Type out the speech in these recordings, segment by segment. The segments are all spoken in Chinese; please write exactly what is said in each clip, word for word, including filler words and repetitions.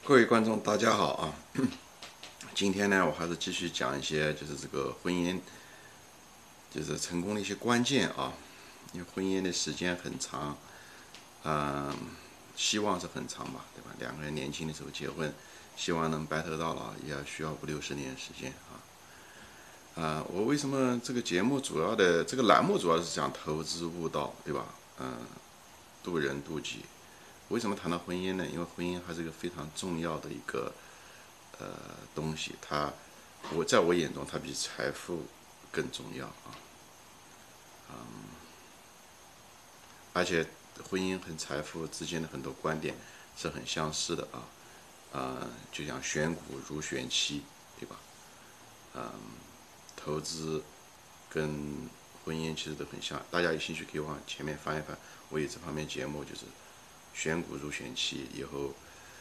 各位观众，大家好啊！今天呢，我还是继续讲一些就是这个婚姻，就是成功的一些关键啊。因为婚姻的时间很长，嗯、希望是很长吧，对吧？两个人年轻的时候结婚，希望能白头到老，也要需要五六十年时间啊。啊、我为什么这个节目主要的这个栏目主要是讲投资悟道，对吧？嗯、渡人渡己。为什么谈到婚姻呢？因为婚姻还是一个非常重要的一个呃东西，它我在我眼中它比财富更重要啊，而且婚姻和财富之间的很多观点是很相似的啊，啊、就像选股如选妻，对吧？投资跟婚姻其实都很像，大家有兴趣可以往前面翻一翻，我有这方面节目，就是选股如选妻，以后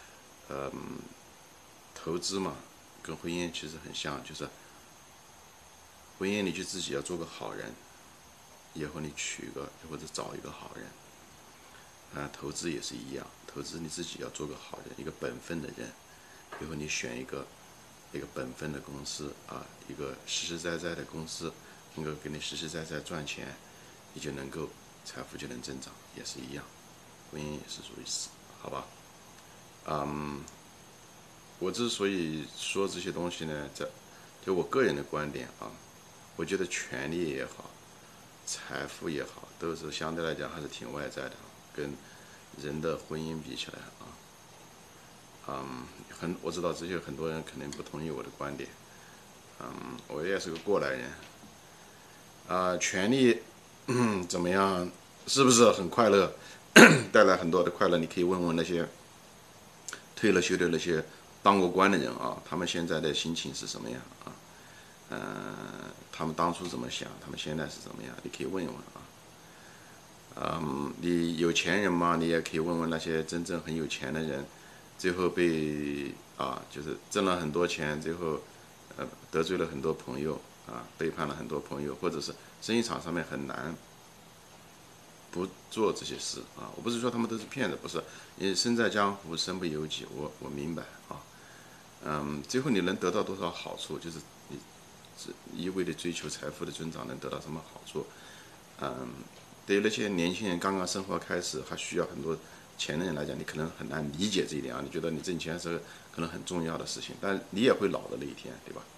投资嘛，跟婚姻其实很像，就是婚姻你就自己要做个好人，以后你娶一个或者找一个好人，啊，投资也是一样，投资你自己要做个好人，一个本分的人，以后你选一个一个本分的公司啊，一个实实在在的公司，能够给你实实在在赚钱，你就能够财富就能增长，也是一样，婚姻也是属于此，好吧？嗯，我之所以说这些东西呢，在就我个人的观点啊，我觉得权利也好，财富也好，都是相对来讲还是挺外在的，跟人的婚姻比起来啊，嗯，很我知道这些很多人肯定不同意我的观点，嗯，我也是个过来人啊，权利嗯怎么样，是不是很快乐，带来很多的快乐？你可以问问那些退了休的那些当过官的人啊，他们现在的心情是什么样啊？嗯、呃他们当初怎么想，他们现在是怎么样？你可以问一问啊。嗯，你有钱人嘛，你也可以问问那些真正很有钱的人，最后被啊，就是挣了很多钱，最后呃得罪了很多朋友啊，背叛了很多朋友，或者是生意场上面很难不做这些事啊。我不是说他们都是骗子，不是，因为身在江湖身不由己，我我明白啊。嗯，最后你能得到多少好处，就是你只一味的追求财富的增长能得到什么好处？嗯，对于那些年轻人刚刚生活开始还需要很多钱的人来讲，你可能很难理解这一点啊。你觉得你挣钱是可能很重要的事情，但你也会老的那一天，对吧？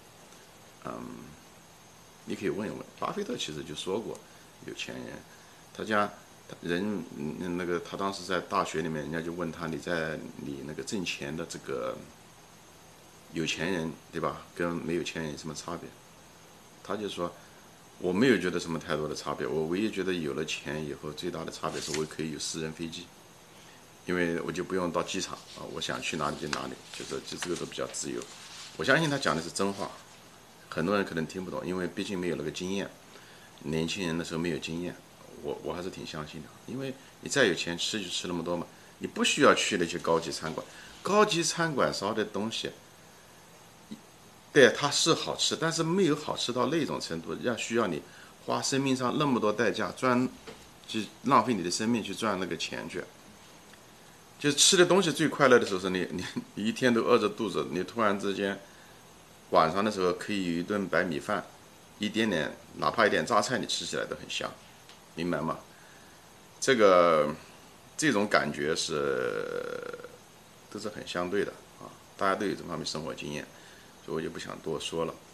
你可以问一问，巴菲特其实就说过，有钱人，他家人那个他当时在大学里面，人家就问他，你在你那个挣钱的这个有钱人对吧，跟没有钱人有什么差别？他就说，我没有觉得什么太多的差别，我唯一觉得有了钱以后最大的差别是我可以有私人飞机，因为我就不用到机场啊，我想去哪里就哪里，就是就这个都比较自由。我相信他讲的是真话，很多人可能听不懂，因为毕竟没有那个经验，年轻人的时候没有经验，我我还是挺相信的，因为你再有钱吃就吃那么多嘛，你不需要去那些高级餐馆，高级餐馆烧的东西对，它是好吃，但是没有好吃到那种程度，要需要你花生命上那么多代价赚，就浪费你的生命去赚那个钱去。就是吃的东西最快乐的时候是你你你一天都饿着肚子，你突然之间晚上的时候可以有一顿白米饭，一点点哪怕一点榨菜你吃起来都很香，明白吗？这个这种感觉是都是很相对的啊，大家都有这方面生活经验，所以我就不想多说了。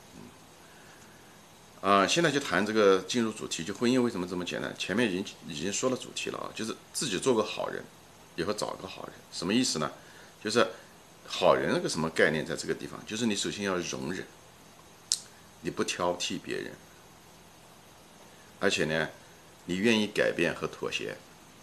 啊、呃现在就谈这个进入主题，就婚姻为什么这么简单？前面已经已经说了主题了啊，就是自己做个好人，以后找个好人，什么意思呢？就是好人那个什么概念，在这个地方，就是你首先要容忍，你不挑剔别人，而且呢，你愿意改变和妥协，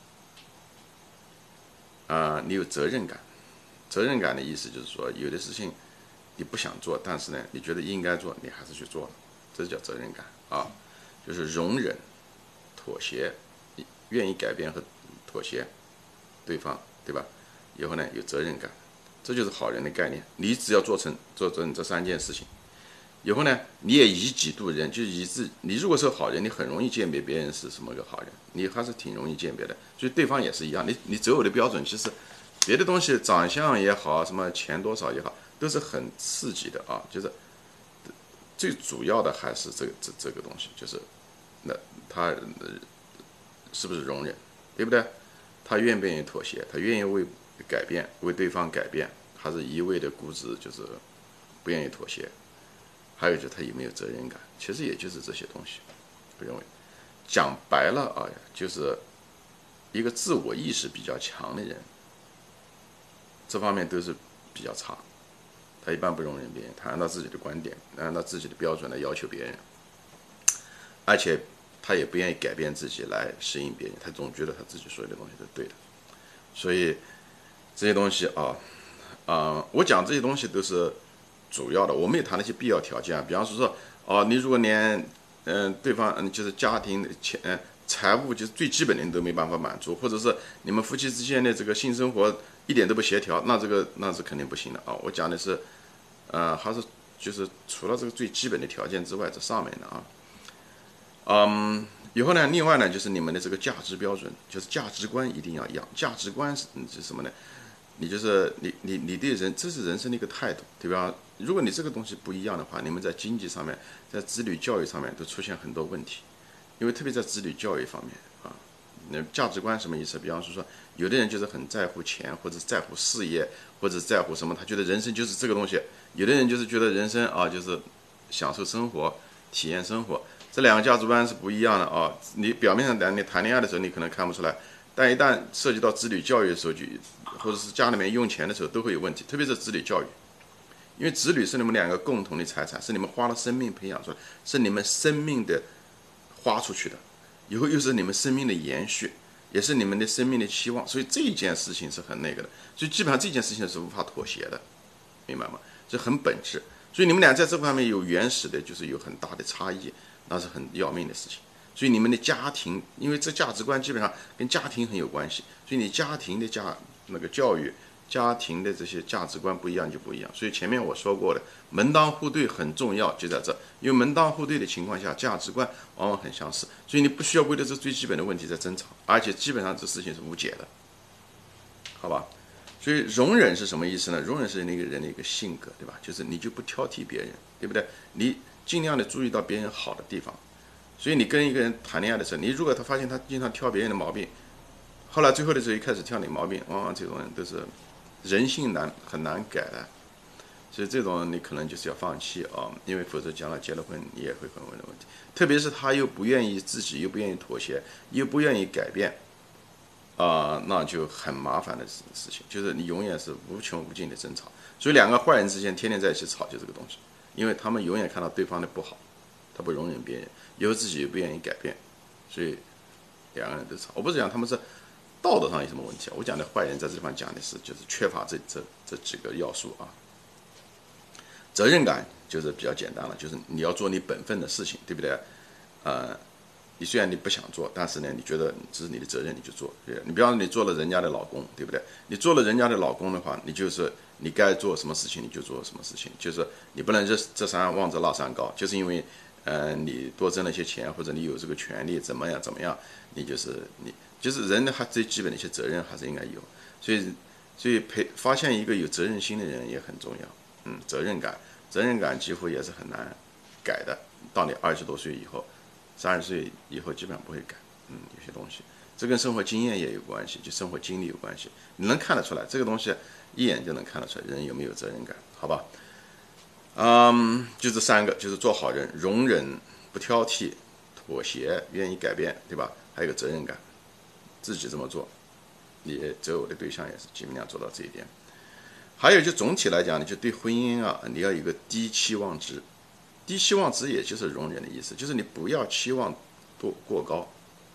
啊、呃你有责任感。责任感的意思就是说，有的事情你不想做，但是呢，你觉得应该做，你还是去做了，这叫责任感啊，就是容忍、妥协，愿意改变和妥协对方，对吧？以后呢，有责任感，这就是好人的概念。你只要做成做成这三件事情，以后呢，你也以己度人，就以自你如果是好人，你很容易鉴别别人是什么个好人，你还是挺容易鉴别的。所以对方也是一样，你你择偶的标准其实别的东西长相也好，什么钱多少也好，都是很刺激的啊。就是最主要的还是这个这这个东西，就是那他是不是容忍，对不对？他愿不愿意妥协？他愿意为改变为对方改变，还是一味的固执，就是不愿意妥协？还有就是他有没有责任感？其实也就是这些东西。我认为讲白了啊，就是一个自我意识比较强的人，这方面都是比较差。他一般不容忍别人，他按照自己的观点，按照自己的标准来要求别人，而且他也不愿意改变自己来适应别人，他总觉得他自己所有的东西都对的。所以这些东西啊，啊、呃，我讲这些东西都是主要的，我没有谈那些必要条件。比方说，哦，你如果连嗯、呃、对方嗯就是家庭钱、呃、财务就是最基本的你都没办法满足，或者是你们夫妻之间的这个性生活一点都不协调，那这个那是肯定不行的啊。我讲的是，呃，还是就是除了这个最基本的条件之外，这上面的啊，嗯，以后呢，另外呢就是你们的这个价值标准，就是价值观一定要一样。价值观是是什么呢？你就是你你你对人，这是人生的一个态度，对吧？如果你这个东西不一样的话，你们在经济上面，在子女教育上面都出现很多问题。因为特别在子女教育方面啊，那价值观什么意思？比方说说，有的人就是很在乎钱，或者在乎事业，或者在乎什么，他觉得人生就是这个东西；有的人就是觉得人生啊，就是享受生活、体验生活。这两个价值观是不一样的啊。你表面上谈你谈恋爱的时候，你可能看不出来，但一旦涉及到子女教育的时候，就或者是家里面用钱的时候，都会有问题。特别是子女教育，因为子女是你们两个共同的财产，是你们花了生命培养出来，是你们生命的花出去的，以后又是你们生命的延续，也是你们的生命的期望，所以这件事情是很那个的，所以基本上这件事情是无法妥协的，明白吗？这很本质，所以你们俩在这方面有原始的，就是有很大的差异，那是很要命的事情。所以你们的家庭，因为这价值观基本上跟家庭很有关系，所以你家庭的家那个教育。家庭的这些价值观不一样就不一样，所以前面我说过的门当户对很重要，就在这。因为门当户对的情况下，价值观往往很相似，所以你不需要为了这最基本的问题在争吵，而且基本上这事情是无解的，好吧？所以容忍是什么意思呢？容忍是那个人的一个性格，对吧？就是你就不挑剔别人，对不对？你尽量的注意到别人好的地方。所以你跟一个人谈恋爱的时候，你如果他发现他经常挑别人的毛病，后来最后的时候一开始挑你毛病，往往这种人都是人性难很难改的，所以这种你可能就是要放弃啊，因为否则将来结了婚你也会很问的问题。特别是他又不愿意自己，又不愿意妥协，又不愿意改变啊、呃，那就很麻烦的事情，就是你永远是无穷无尽的争吵。所以两个坏人之间天天在一起吵，就这个东西，因为他们永远看到对方的不好，他不容忍别人，以后自己又不愿意改变，所以两个人都吵。我不是讲他们是道德上有什么问题啊？我讲的坏人在这地方讲的是，就是缺乏这这这几个要素啊。责任感就是比较简单了，就是你要做你本分的事情，对不对？呃，你虽然你不想做，但是呢，你觉得这是你的责任，你就做。对，你比方说你做了人家的老公，对不对？你做了人家的老公的话，你就是你该做什么事情你就做什么事情，就是你不能这这山望着那山高，就是因为呃你多挣了些钱，或者你有这个权利怎么样怎么样，你就是你就是人的还最基本的一些责任还是应该有。所以所以培发现一个有责任心的人也很重要。嗯，责任感，责任感几乎也是很难改的。到你二十多岁以后，三十岁以后基本上不会改。嗯，有些东西，这跟生活经验也有关系，就生活经历有关系。你能看得出来，这个东西一眼就能看得出来人有没有责任感，好吧？嗯，就这三个，就是做好人，容忍、不挑剔、妥协、愿意改变，对吧？还有个责任感，自己这么做，你择偶的对象也是尽量做到这一点。还有就总体来讲，你就对婚姻啊，你要有一个低期望值。低期望值也就是容忍的意思，就是你不要期望多过高，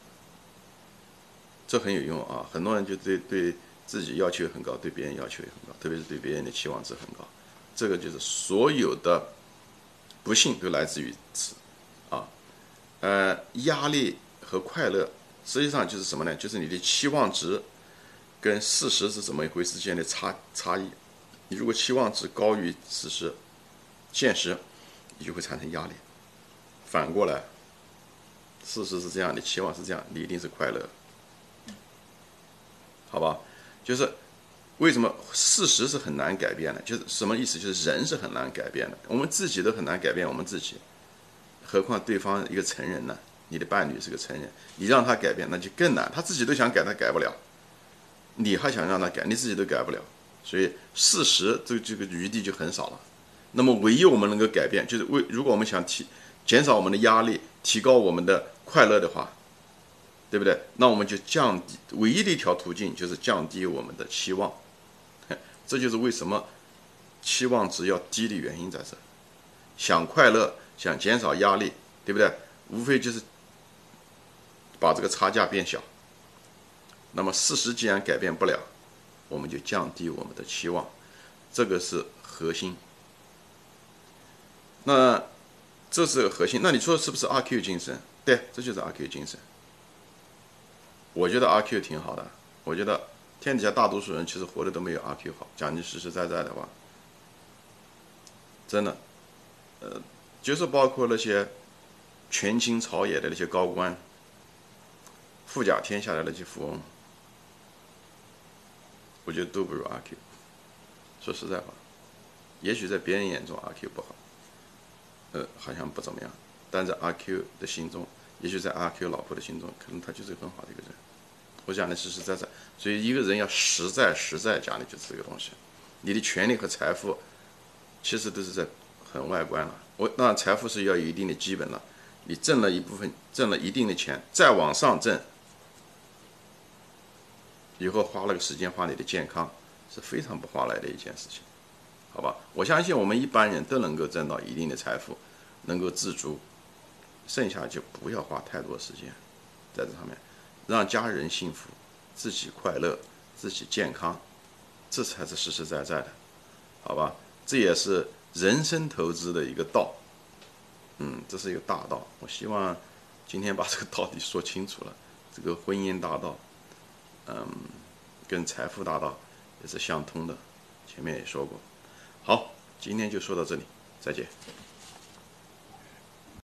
这很有用啊。很多人就对对自己要求很高，对别人要求也很高，特别是对别人的期望值很高。这个就是所有的不幸都来自于此啊。呃，压力和快乐实际上就是什么呢？就是你的期望值跟事实是怎么一回事之间的差差异。你如果期望值高于事实、现实，你就会产生压力。反过来，事实是这样，你期望是这样，你一定是快乐，好吧？就是为什么事实是很难改变的？就是什么意思？就是人是很难改变的，我们自己都很难改变我们自己，何况对方一个成人呢？你的伴侣是个成人，你让他改变那就更难，他自己都想改，他改不了，你还想让他改，你自己都改不了，所以事实这这个余地就很少了。那么唯一我们能够改变，就是为如果我们想提减少我们的压力，提高我们的快乐的话，对不对？那我们就降低，唯一的一条途径就是降低我们的期望。这就是为什么期望值要低的原因在这。想快乐，想减少压力，对不对？无非就是把这个差价变小。那么事实既然改变不了，我们就降低我们的期望，这个是核心。那这是核心。那你说是不是阿 Q 精神？对，这就是阿 Q 精神。我觉得阿 Q 挺好的，我觉得天底下大多数人其实活的都没有阿 Q 好。讲句实实在在的话，真的，呃，就是包括那些权倾朝野的那些高官，富甲天下的那些富翁，我觉得都不如阿 Q。说实在话，也许在别人眼中阿 Q 不好，呃，好像不怎么样，但在阿 Q 的心中，也许在阿 Q 老婆的心中，可能他就是很好的一个人。我讲的实实在在，所以一个人要实在实在讲的就是这个东西。你的权利和财富，其实都是在很外观了。我当然财富是要有一定的基本了，你挣了一部分，挣了一定的钱，再往上挣，以后花了个时间花你的健康，是非常不划来的一件事情，好吧？我相信我们一般人都能够挣到一定的财富，能够自足，剩下就不要花太多时间在这上面。让家人幸福，自己快乐，自己健康，这才是实实在在的，好吧？这也是人生投资的一个道，嗯，这是一个大道。我希望今天把这个道理说清楚了。这个婚姻大道，嗯，跟财富大道也是相通的，前面也说过。好，今天就说到这里，再见。